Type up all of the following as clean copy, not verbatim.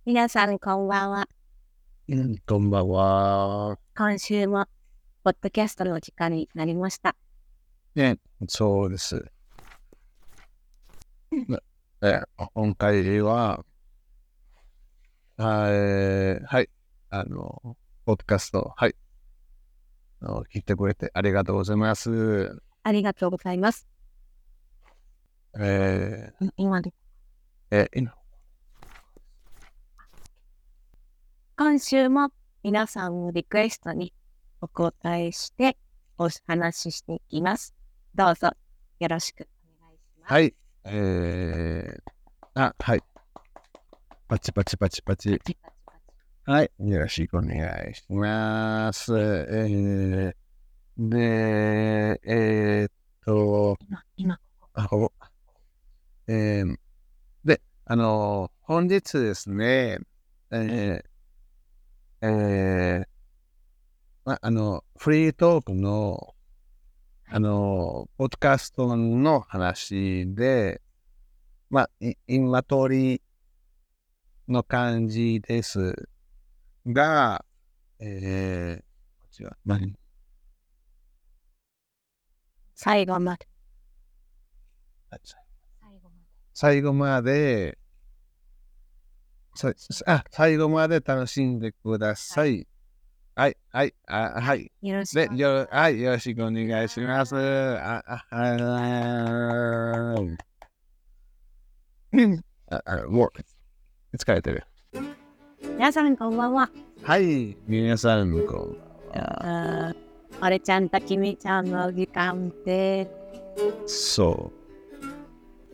皆さんこんばんは。 こんばんは。 今週もポッドキャストの時間になりました。 ね、そうです。今回は、はい、ポッドキャスト、聞いてくれてありがとうございます。 ありがとうございます。今週も皆さんのリクエストにお答えしてお話ししていきます。どうぞよろしくお願いします。 はい。はい。パチパチパチパチ。はい。よろしくお願いします。で、本日ですね、フリートークの、ポッドキャストの話で、今通りの感じですが、こっちは最後まで。 最後まで楽しんでください。はい。 よろしく。 よろしくお願いします。もう、疲れてる。 皆さんこんばんは。 はい、皆さんこんばんは。 あれちゃんときみちゃんの時間で。 そう。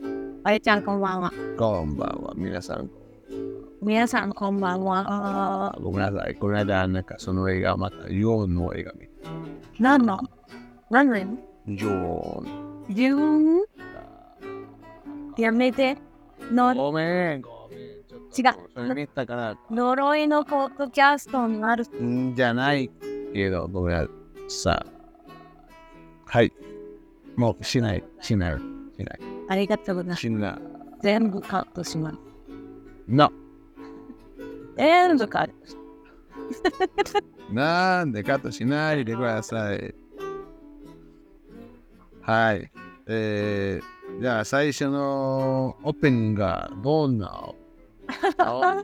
あれちゃんこんばんは。 こんばんは、皆さんこんばんは。 ごめんなさい、この間その映画またヨーンの映画見た。 何のヨーンやめて。 ごめん。 違う。 見たから。 呪いのポッドキャストになる。 じゃないけど、ごめんなさい。はい。もうしない。 ありがとうございます。 しない。 全部カットします。 No。 全部カット。 なんでカットしないでください。はい。じゃあ最初のオープニングがどんな今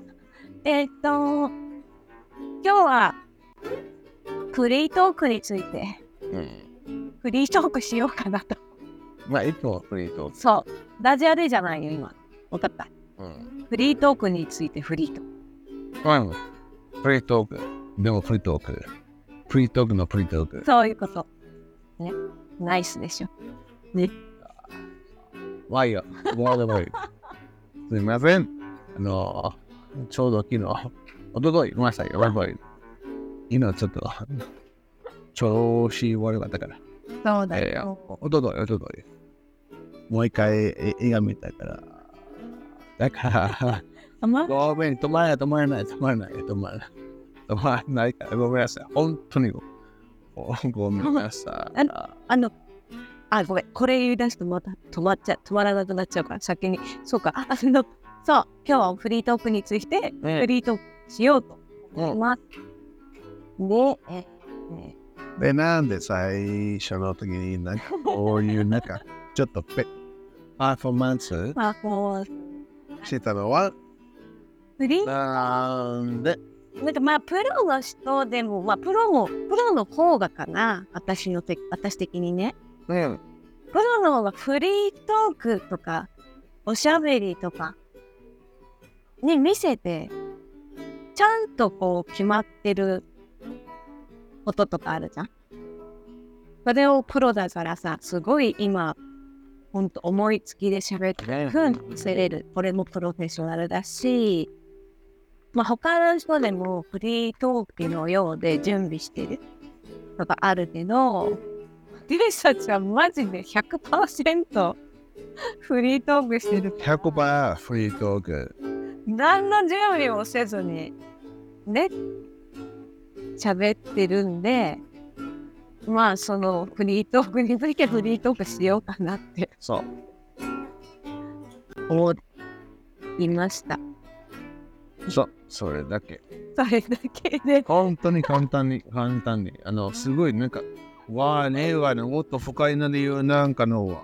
日はフリートークについて、フリートークしようかなと。 いつもフリートーク。 そう。ラジオでじゃないよ、今。わかった。フリートークについてフリートーク。 フリートーク。でもフリートーク。フリートークのフリートーク。 そういうこと。ね。ナイスでしょ。ね。 わいよ。すいません。ちょうど昨日、おととい、ごめんなさい。今ちょっと、調子悪かったから。 そうだよ。 おととい。もう一回映画見たから。だから、ごめん、止まらないから、ごめんなさい。本当にごめんなさい。 ごめん。これ言い出すとまた止まらなくなっちゃうから、先に。そうか。そう、今日はフリートークについて、フリートークしようと思います。 で、なんで最初の時にこういうちょっとパフォーマンスしてのはなんでプロの人でも、プロの方がかな、私的にね。プロの方がフリートークとか、おしゃべりとかに見せて、ちゃんとこう決まってることとかあるじゃん。それをプロだからさ、すごい今、ほんと思いつきで喋ってふん見せれる。これもプロフェッショナルだし、他の人でもフリートークのようで準備してるとかあるけど、リサちゃんマジで 100% フリートークしてる。 100% フリートーク。 何の準備もせずにね、喋ってるんで、そのフリートークについてフリートークしようかなって思いました。 それだけ。 それだけで。 本当に簡単に。すごいなんか、ねもっと深いので言うなんかの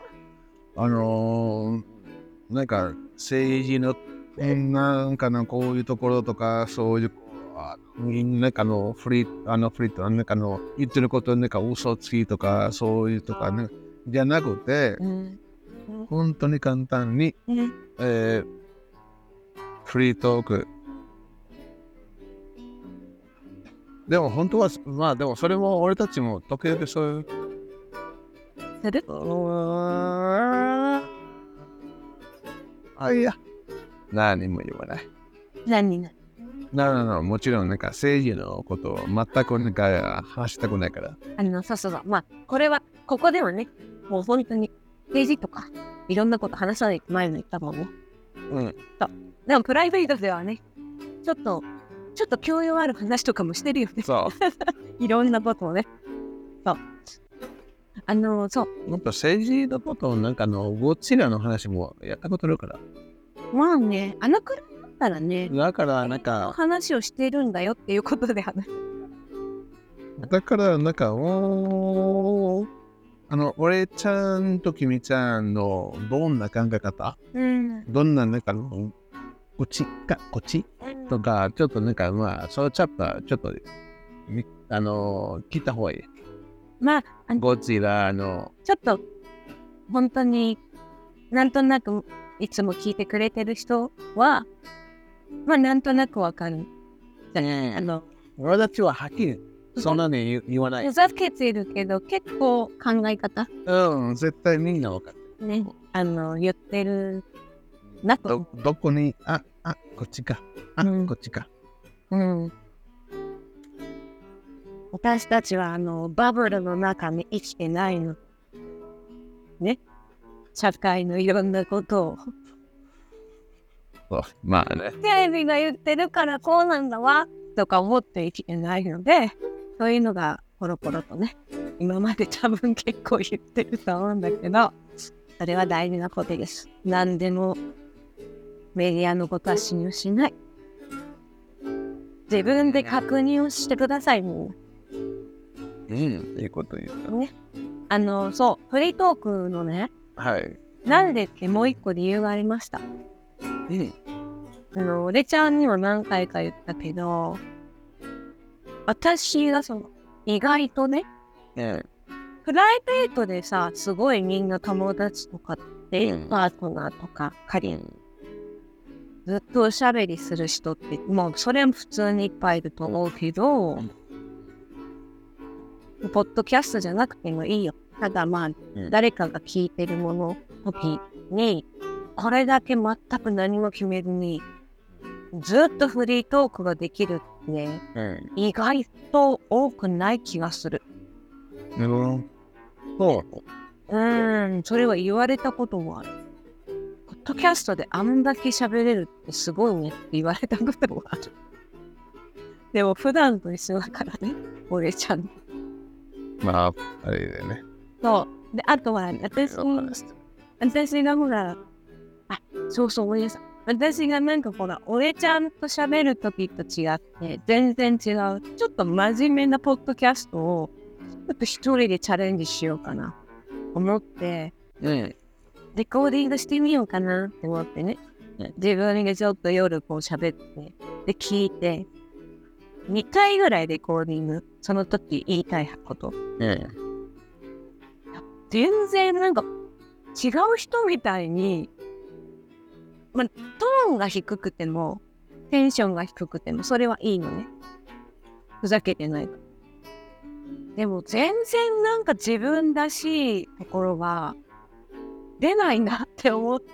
なんか政治のなんかのこういうところとか、そういうなんかフリートなんか言ってることなんか嘘つきとかそういうとかねじゃなくて、本当に簡単に、フリートーク。でも本当はでもそれも俺たちも時々そういうする？ いや何も言わない。もちろんなんか政治のことを全くなんか話したくないから。 そう。まあこれはここではね、もう本当に政治とかいろんなこと話さないって前も言ったもんね。でもプライベートではね、ちょっと教養ある話とかもしてるよね。いろんなことをね。もっと政治のことをなんかゴジラの話もやったことあるから。 まあね、くらいだったらね。 だからなんか話をしてるんだよっていうことで話す。 だからなんか俺ちゃんと君ちゃんのどんな考え方、どんななんかこっちとかちょっとなんかそうチャプターちょっと聞いた方がいい。ゴジラのちょっと本当になんとなくいつも聞いてくれてる人はなんとなくわかる。 俺たちははっきりそんなに言わない。 ふざけてるけど結構考え方。 絶対みんなわかる。 ね、言ってるなと。 どこにこっちか。こっちか。 私たちはバブルの中に生きてないの。ね。社会のいろんなことを。 まあね。 テレビが言ってるからこうなんだわとか思って生きてないので、そういうのがポロポロとね、今まで多分結構言ってると思うんだけど、それは大事なことです。何でもメディアのことは信用しない。自分で確認をしてくださいもん。いいこと言ったね。フリートークのね、なんでってもう一個理由がありました。俺ちゃんにも何回か言ったけど、私が意外とね、プライベートでさ、すごいみんな友達とかってパートナーとか仮にずっとおしゃべりする人ってもうそれも普通にいっぱいいると思うけど、ポッドキャストじゃなくてもいいよ。ただ誰かが聞いてるもの時にこれだけ全く何も決めずにずっとフリートークができるってね、意外と多くない気がする。それは言われたこともある。ポッドキャストであんだけ喋れるってすごいねって言われたこともある。でも普段と一緒だからね、俺ちゃん。 あれだよね。 で、あとは私がほら、思い出した。私がなんかほら、俺ちゃんと喋るときと違って、全然違う。ちょっと真面目なポッドキャストを、ちょっと一人でチャレンジしようかな。思って、レコーディングしてみようかなって思ってね。自分がちょっと夜こう喋って、で、聞いて、2回ぐらいレコーディング、その時言いたいこと。全然なんか違う人みたいに、トーンが低くても、テンションが低くても、それはいいのね。ふざけてないから。でも全然なんか自分らしいところが出ないなって思って、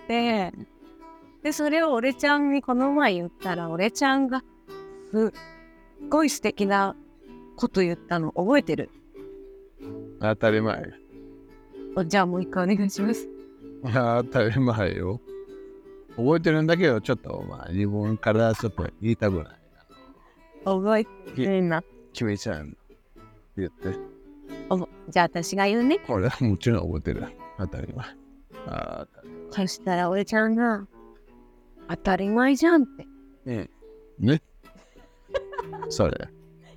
で、それを俺ちゃんにこの前言ったら、俺ちゃんがすっごい素敵なこと言ったの覚えてる？ 当たり前。 じゃあもう一回お願いします。 当たり前よ。覚えてるんだけど、ちょっと自分からちょっと言いたくない。 覚えてるな。 君ちゃん言って。 じゃあ私が言うね。 これはもちろん覚えてる。当たり前。 そしたら俺ちゃんが当たり前じゃんってね。それ。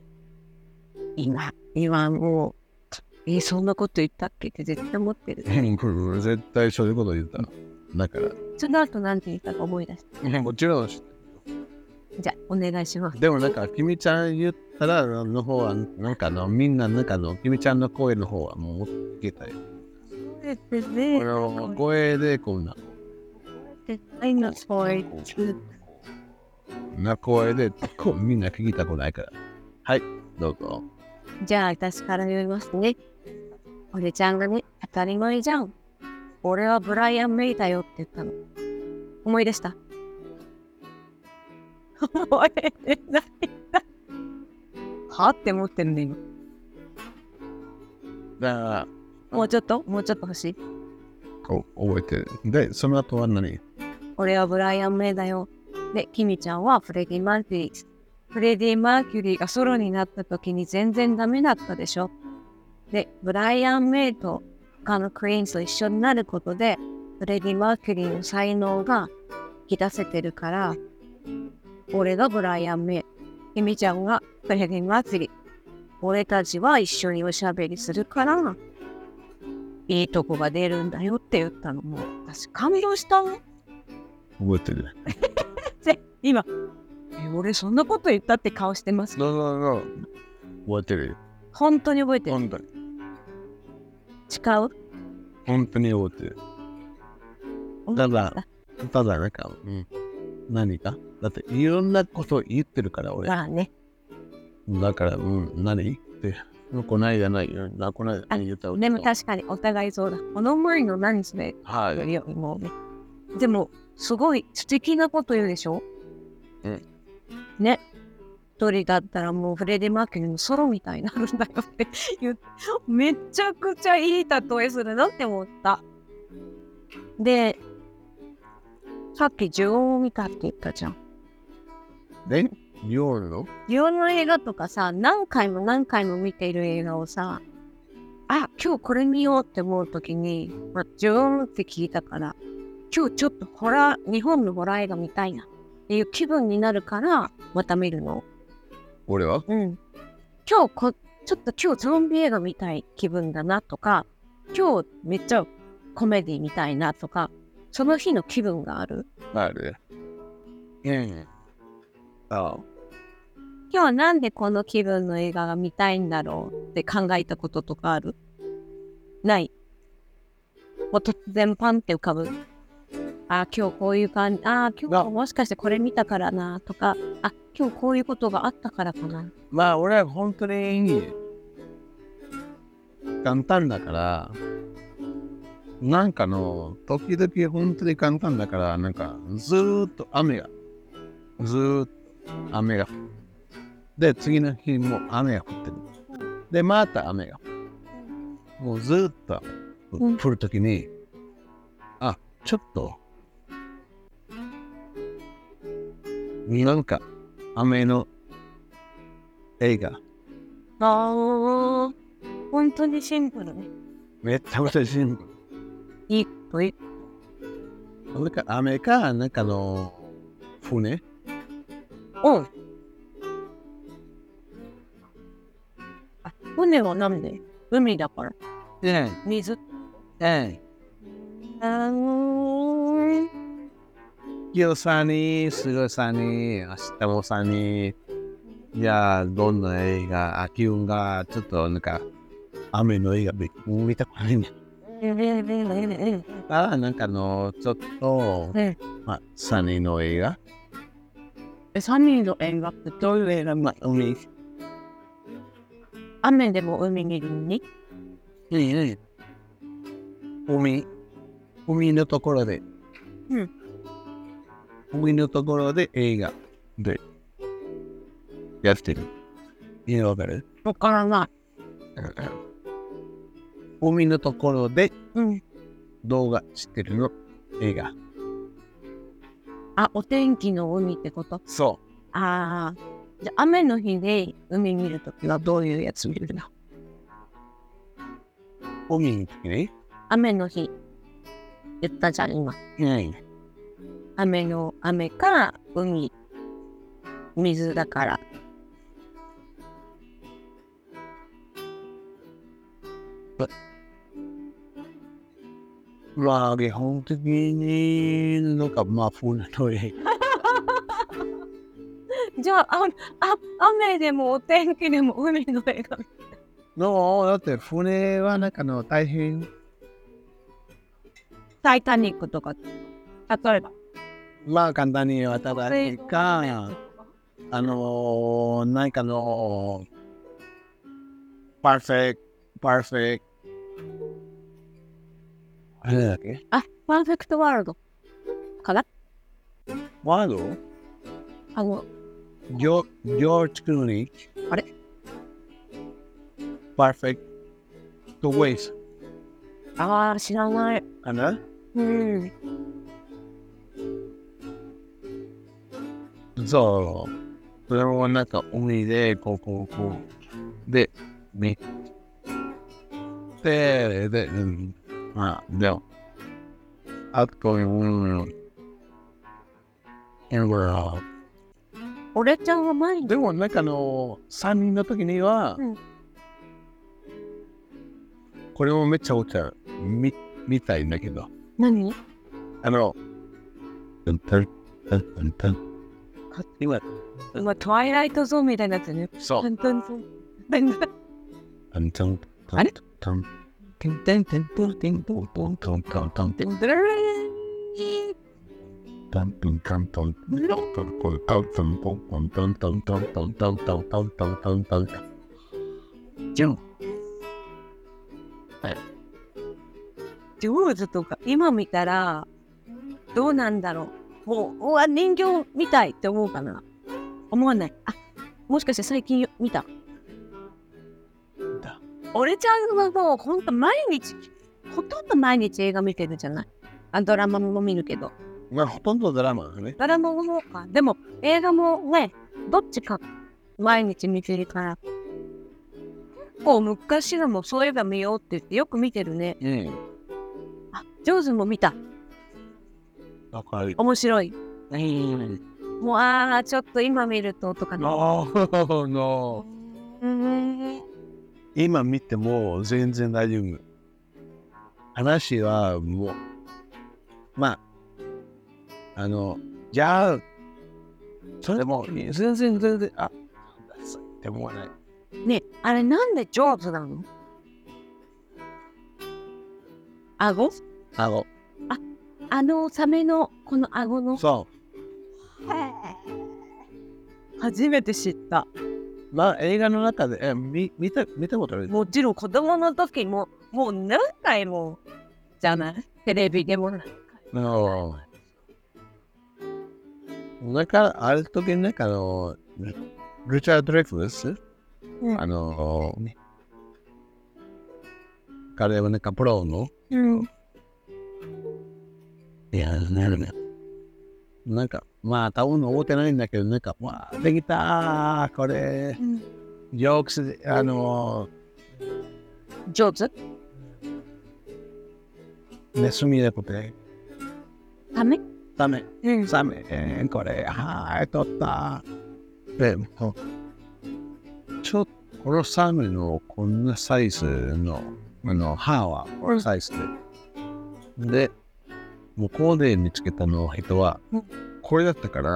今もう、そんなこと言ったっけって絶対思ってる。 絶対そういうこと言った。だから。 その後なんて言ったか思い出して。 もちろん。じゃあ、お願いします。 でもなんか、君ちゃん言ったら、の方は、なんかみんな、なんか君ちゃんの声の方はもう聞けたよ。 そうですね。 この声でこんな。 愛の声。 な声でみんな聞いたことないから。はい、どうぞ。 じゃあ、私から言いますね。俺ちゃんがね、当たり前じゃん。俺はブライアン・メイだよって言ったの。思い出した。覚えてない。はって思ってるね、今。 だからもうちょっと欲しい。 覚えてる。で、その後は何？ 俺はブライアン・メイだよ。で、キミちゃんはフレディ・マーキュリー。フレディ・マーキュリーがソロになった時に全然ダメだったでしょ。で、ブライアン・メイと他のクイーンズと一緒になることで、フレディ・マーキュリーの才能が引き出せてるから、俺がブライアン・メイ、キミちゃんがフレディ・マーキュリー。俺たちは一緒におしゃべりするから、いいとこが出るんだよって言ったの。もう私感動したの。 覚えてる。 今、俺そんなこと言ったって顔してます。 覚えてる。 本当に覚えてる。 本当に。 誓う？ 本当に覚えてる。ただなんか、何かだっていろんなこと言ってるから俺。 まあね。 だから、何って、こないだないよ。こないだ言ったでも確かにお互いそうだ。この前の何それはい。 よりもね。でも、すごい素敵なこと言うでしょ？ね。一人だったらもうフレディ・マーキュリーのソロみたいになるんだよって言って、めちゃくちゃいい例えするなって思った。で、さっき呪音を見たって言ったじゃん。 で、呪音の映画とかさ、何回も見ている映画をさ、今日これ見ようって思うときに、呪音って聞いたから、今日ちょっと日本のホラー映画見たいなっていう気分になるから、また見るの。 俺は？ ちょっと今日ゾンビ映画見たい気分だなとか、今日めっちゃコメディ見たいなとか、その日の気分がある。 ある。 今日なんでこの気分の映画が見たいんだろうって考えたこととかある？ない。もう突然パンって浮かぶ。今日こういう感じ。今日もしかしてこれ見たからなとか、今日こういうことがあったからかな。 まあ俺は本当に簡単だから、なんか時々本当に簡単だから、なんかずーっと雨が。で、次の日も雨が降ってる。で、また雨が。もうずーっと降るときに、ちょっと、なんか雨の映画。 本当にシンプルね。 めちゃめちゃシンプル。 いいといい。 なんか雨か、なんか船。 船はなんで？海だから。水。 今日さに、すぐさに、明日もさに、じゃあ、どんな映画、気温がちょっとなんか、雨の映画見たくないね。なんかちょっと、サニーの映画。 サニーの映画ってどういう映画？ 海。 雨でも海見るに？ 海のところで。海のところで映画でやってる。わかる？ わからない。 海のところで動画してるの、映画。 お天気の海ってこと？ そう。 じゃあ雨の日で海見るときはどういうやつ見るの？ 海の時に？ 雨の日言ったじゃん今。雨か海水だから。 まあ、基本的になんかまあ、船の映じゃあ、雨でもお天気でも海の映画。 画だって船はなんか大変。 タイタニックとか、例えば。 まあ、簡単に渡られか、なんかパーフェクト、あれだっけパーフェクトワールドかな。 ワールドジョージ・クルーニー。 あれパーフェクト・ウェイス。 知らない。 かなそう。それもなんか海で、こう。で、まあ、でも、あと、 俺ちゃんは毎日。 でもなんか3人の時には、これもめっちゃお茶見たいんだけど。 何？今トワイライトゾーンみたいになってね。 そう。 あれ？ジョーズとか今見たらどうなんだろう。もう人形みたいって思うかな。思わない。もしかして最近見た？俺ちゃんはもうほんとほとんど毎日映画見てるじゃない。ドラマも見るけど。 まあほとんどドラマだね。 ドラマもか。でも映画もね、どっちか毎日見てるから。結構昔のもそういえば見ようって言ってよく見てるね。ジョーズも見た。面白い。もうちょっと今見るととかね。 No 今見ても全然大丈夫。話はもうまあじゃあそれも全然でもない。 ね、あれなんでジョーズなの？顎？サメのこの顎の。 そう。 初めて知った。 まあ映画の中で見たことある？ もちろん子供の時もう何回もじゃない？テレビでも何回も。 なんかある時なんかリチャード・ドレフルス、彼はなんかプロの、いやなんかまあ多分覚えてないんだけどなんかわあできたこれ、ジョークスでジョーズ？ ネズミだことね。 サメ？ サメ、これ取った。でもちょっとこのサメのこんなサイズの歯はこのサイズで向こうで見つけた人はこれだったから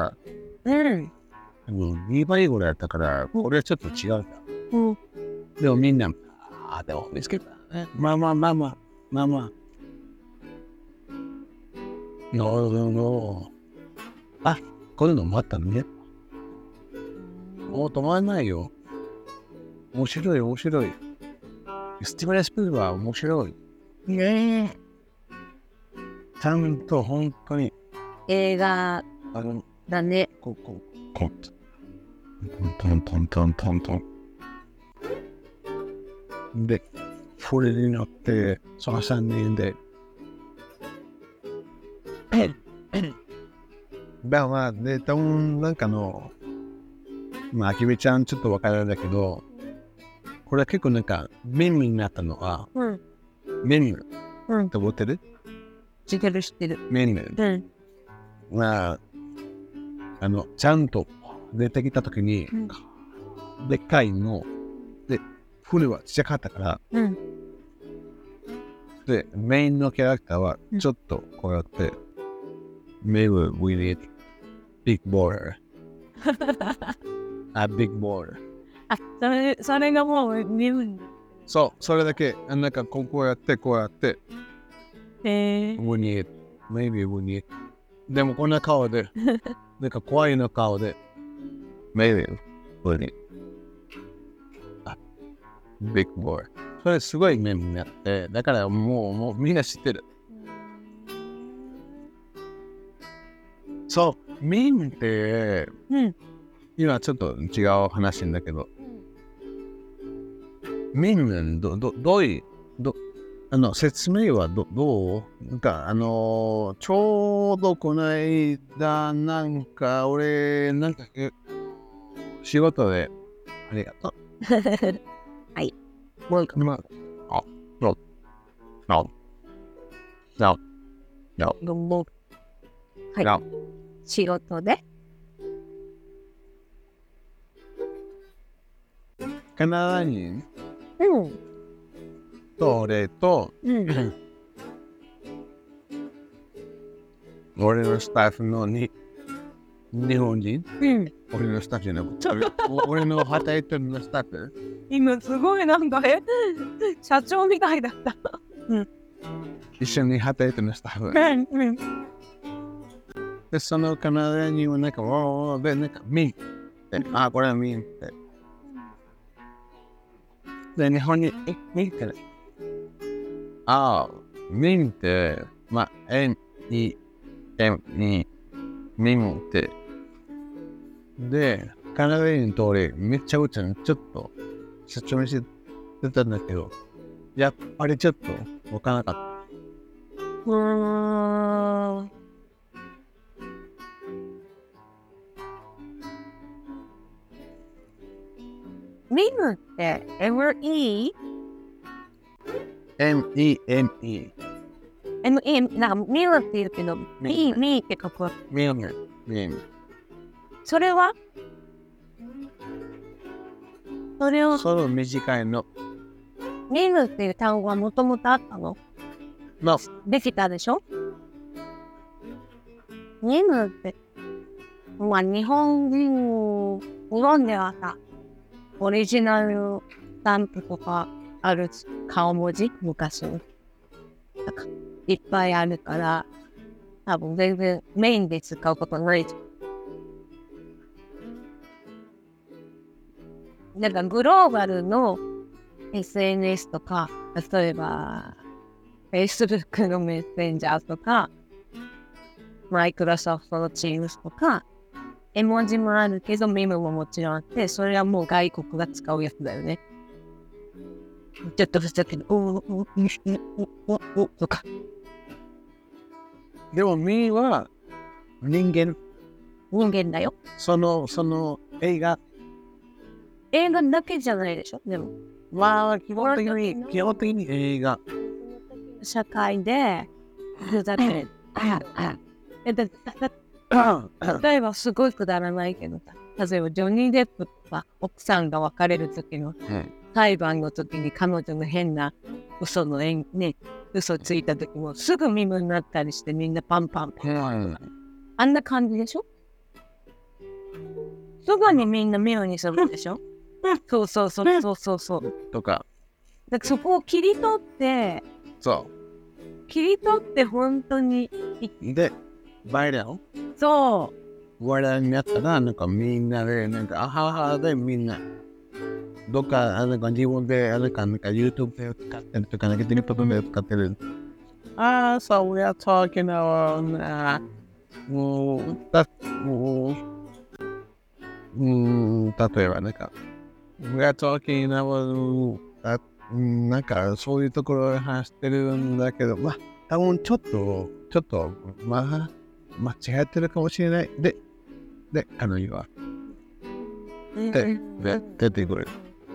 、2倍ぐらいだったから、これはちょっと違う。でもみんな、でも見つけた。まあ。の。こういうのもあったのね。もう止まらないよ。面白い。スティーブン・スピルバーは面白い。ねえ。ちゃんと本当に。 映画だね。 トン。で、それになって、その3人で。まあ、で、多分なんかあきみちゃんちょっとわからないけど、これは結構なんか、メニューになったのは、メニューって覚えてる？ 知ってる。 メニュー。まあ、ちゃんと出てきたときに、 うんでっかいの、で、船はちっちゃかったから、 うん。 で、メインのキャラクターはちょっとこうやって、Maybe we need big border. A big border. あ、それがもう見るんだ。 そう、それだけ、なんかこうやって、 へえ。 we need, maybe we need. でもこんな顔で、なんか怖いの顔で、maybe we need a big border. それすごいメモになって、だからもうみんな知ってる。そう、ミンって、今ちょっと違う話なんだけど、ミンどういう、説明はどうなんか、ちょうどこの間、なんか俺、なんか仕事で、ありがとう。 はい。 Welcome. No. はい。 No. 仕事でカナダ人うん。 と俺と、俺のスタッフの日本人、俺のスタッフじゃなくて、俺の働いてるのスタッフ。 今すごいなんか社長みたいだった。 一緒に働いてるスタッフ。で、そのカナダ人はなんか、で、なんか、ミンって、これはミンって。で、日本に、ミンって、ミンって、N-E-M-E、ミンって。で、カナダ人と俺、めっちゃちょっと、説明してたんだけど、やっぱりちょっと、わからなかった。 ミムって M-E？ M-E-M-E。 M-E、なんかミムって言うけど、ミーって書くわけ。 ミム。 それはその短いの。 ミムっていう単語はもともとあったの？できたでしょ？ミムって、まあ日本ではさ、オリジナルスタンプとかある顔文字昔のなんかいっぱいあるから多分全然メインで使うことないじゃん。なんかグローバルの SNS とか例えば Facebook のメッセンジャーとかマイクロソフトの Teams とか絵文字もあるけど、メモももちろんあって、それはもう外国が使うやつだよね。ちょっとふざけて、とか。 でも、ミーは人間だよ。 その映画だけじゃないでしょ、でも。 基本的に映画。 社会で、ふざけて。例えばすごいくだらないけどさ、例えばジョニー・デップとか奥さんが別れる時の裁判の時に彼女の変な嘘ついた時もすぐミムになったりしてみんなパンパン、あんな感じでしょ？すぐにみんなミムにするでしょ？そうとか。 だからそこを切り取って本当にでバイラル話題になったら、なんかみんなで、なんかあははでみんな、どっか、なんか自分で、なんか YouTube で使ってるとか、なんか TikTok で使ってる。So we are talking about, 例えばなんか、we are talking about, なんかそういうところで話してるんだけど、多分ちょっと、間違ってるかもしれない。で、彼女は。で、出てくる。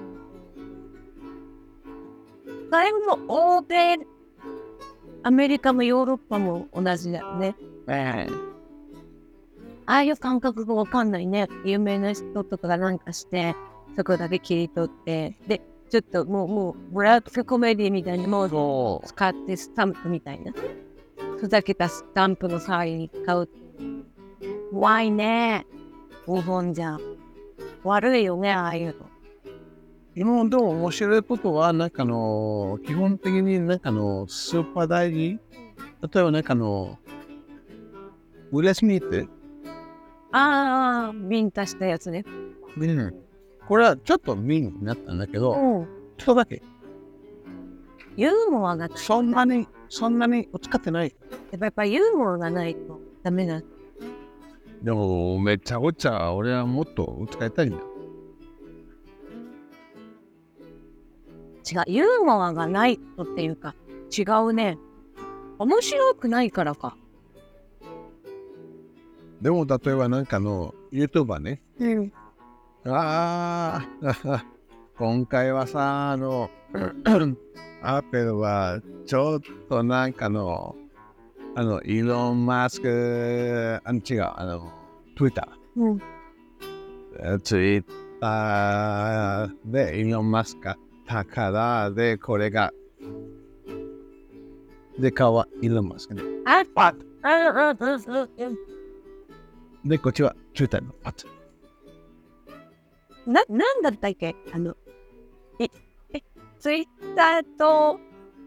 それも欧米、アメリカもヨーロッパも同じだよね。 ああいう感覚がわかんないね。有名な人とかがなんかして、そこだけ切り取って、で、ちょっともう、ブラックコメディみたいなものを使ってスタンプみたいな。ふざけたスタンプの代わりに使う。怖いね。日本じゃ。悪いよね、ああいうの。 今でも面白いことは、なんか基本的になんかスーパー大事。例えばなんかウィル・スミス。 ああ、ビンタしたやつね。 これはちょっとミンになったんだけど、ちょっとだけ。 ユーモアがそんなに使ってない。 やっぱりユーモアがないとダメだ。 でもめちゃくちゃ俺はもっと使いたいんだ。 違う、ユーモアがないとっていうか、違うね。面白くないからか。 でも例えばなんかYouTuber ね。今回はさ、アップルはちょっとなんかイーロン・マスク、違う、Twitter。ツイッターでイーロン・マスクだからで、これが、で、顔はイーロン・マスクね。パッで、こっちは Twitter のパッなんだったっけツイッターと、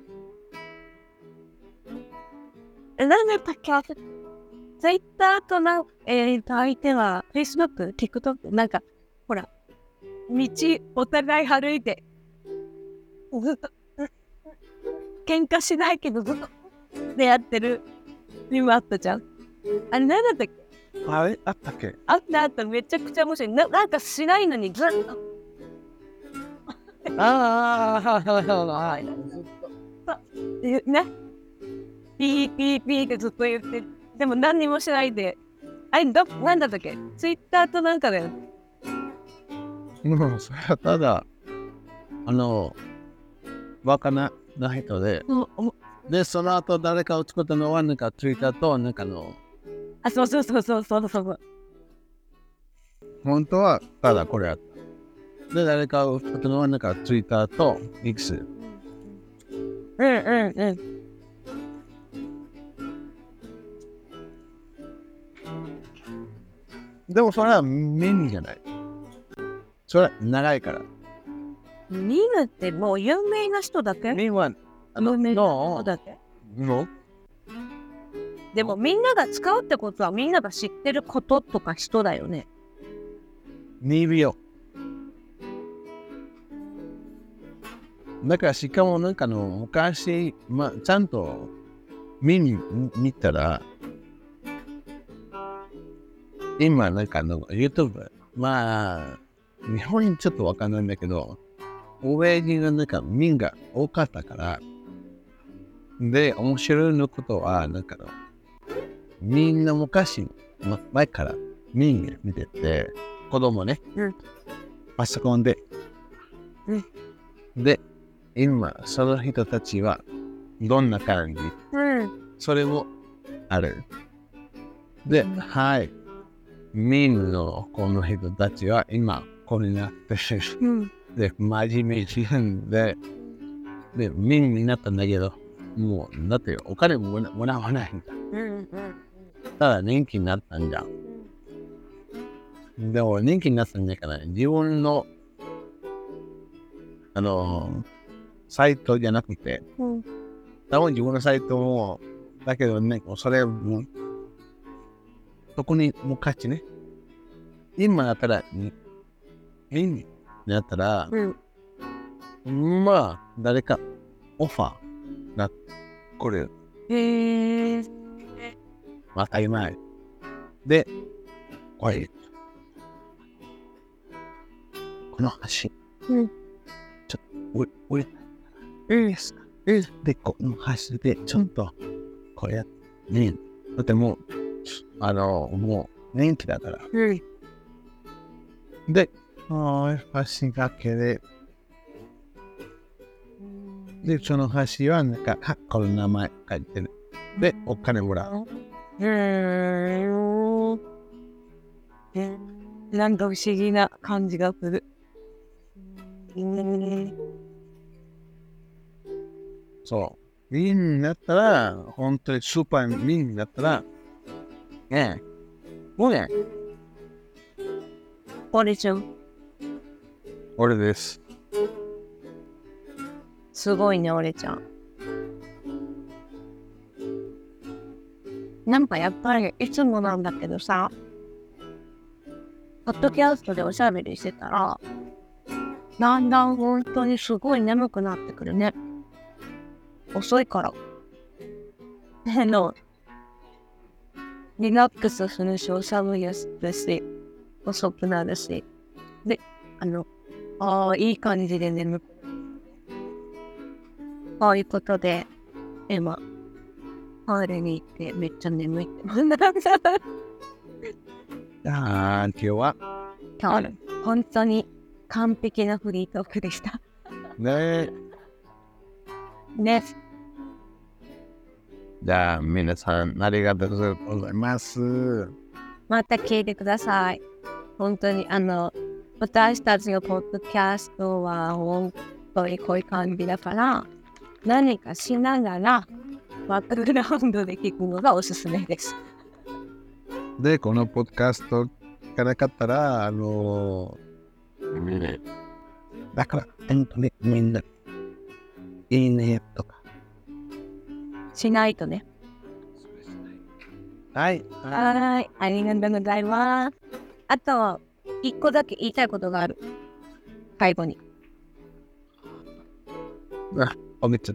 なんだったっけツイッターと相手は Facebook、TikTok、なんか、ほら、道お互い歩いて、ずっと、喧嘩しないけどずっと出会ってる今あったじゃん。あれなんだったっけあれあったっけあっためちゃくちゃ面白い。なんかしないのにずっと。ね。ピーピーピーってずっと言って、でも何にもしないで。なんだったっけツイッターとなんかだよ。 それはただ、バカな人で、で、その後誰かを作ったのは、なんかツイッターと、なんかそう。 本当はただこれやった。で、誰かを作ったのは、なんかツイッターと X。でもそれはミニじゃない。それは長いから。 ミムってもう有名な人だけ？ ミニは、 有名な人だけ？でもみんなが使うってことはみんなが知ってることとか人だよね。 ミビオ。だからしかもなんか昔、ちゃんと見たら、今なんかYouTube、日本にちょっとわかんないんだけど、欧米人がなんか民が多かったから、で、面白いのことは、なんかみんな昔、前から民見てて、子供ね、パソコンで、で、今、その人たちはどんな感じ、それもある。で、はい。民のこの人たちは今これになってで、真面目にで、民になったんだけど、もう、だってお金もらわないんだ。ただ人気になったんじゃん。でも人気になったんじゃから自分の、サイトじゃなくて、多分自分のサイトも、だけどね、それも、そこに昔ね、今だったら、ミンになったら、誰かオファーが来る。当たり前。で、この橋、ちょっと、降りたいですか。で、この橋で、ちょっと、これやって、だってもう、もう、人気だから。で、橋掛けで、で、その橋は、なんか、この名前書いてる。で、お金もらう。 なんか不思議な感じがする。 そう。みんなだったら、本当にスーパーみんなだったら、ねえ、もうね、 俺ちゃん、 俺です。 すごいね、俺ちゃん。なんかやっぱりいつもなんだけどさ、ポッドキャストでおしゃべりしてたら、だんだん本当にすごい眠くなってくるね。遅いから。リラックスするし、おしゃべりするし、遅くなるし。で、いい感じで眠くなる。こういうことで、今、トイレに行ってめっちゃ眠いって。 今日は、 本当に完璧なフリートークでした。 ね。 ね。 じゃあ、皆さん、ありがとうございます。 また聞いてください。本当に、私たちのポッドキャストは本当にこういう感じだから、何かしながら、バックグラウンドで聞くのがおすすめです。 で、このポッドキャスト聞かなかったら、だから、みんな、いいねとか。 しないとね。 はい。 はい。ありがとうございます。あと、一個だけ言いたいことがある。最後に。 思っちゃった。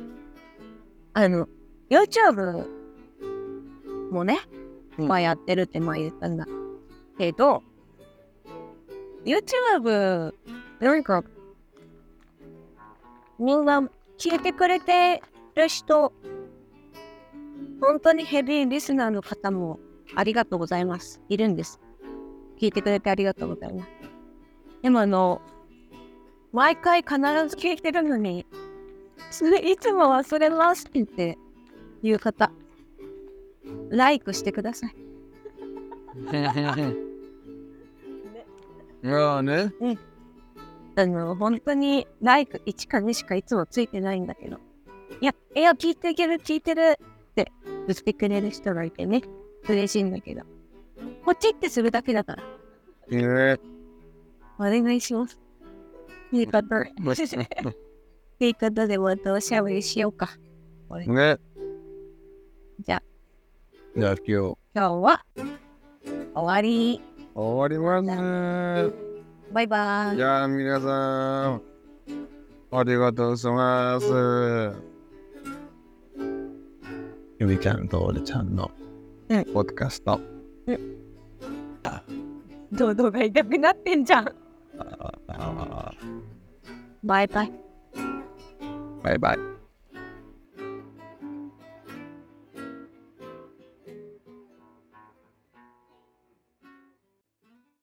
YouTube もね、やってるって言ったんだけど、YouTube、なんか、みんな聞いてくれてる人、本当にヘビーリスナーの方もありがとうございます。いるんです。聞いてくれてありがとうございます。でも毎回必ず聞いてるのに、いつも忘れますっていう方、ライクしてください。本当にライク1か2しかいつもついてないんだけど、いや、聞いてるって言ってくれる人がいてね、嬉しいんだけど、ポチってするだけだから。お願いします。いい方でまたおしゃべりしようか。 ね。 じゃあ今日は終わります。 バイバイ。 じゃあ皆さん、ありがとうございます。ゆみちゃんと俺ちゃんのポッドキャスト。 喉が痛くなってんじゃん。バイバイ。 バイバイ。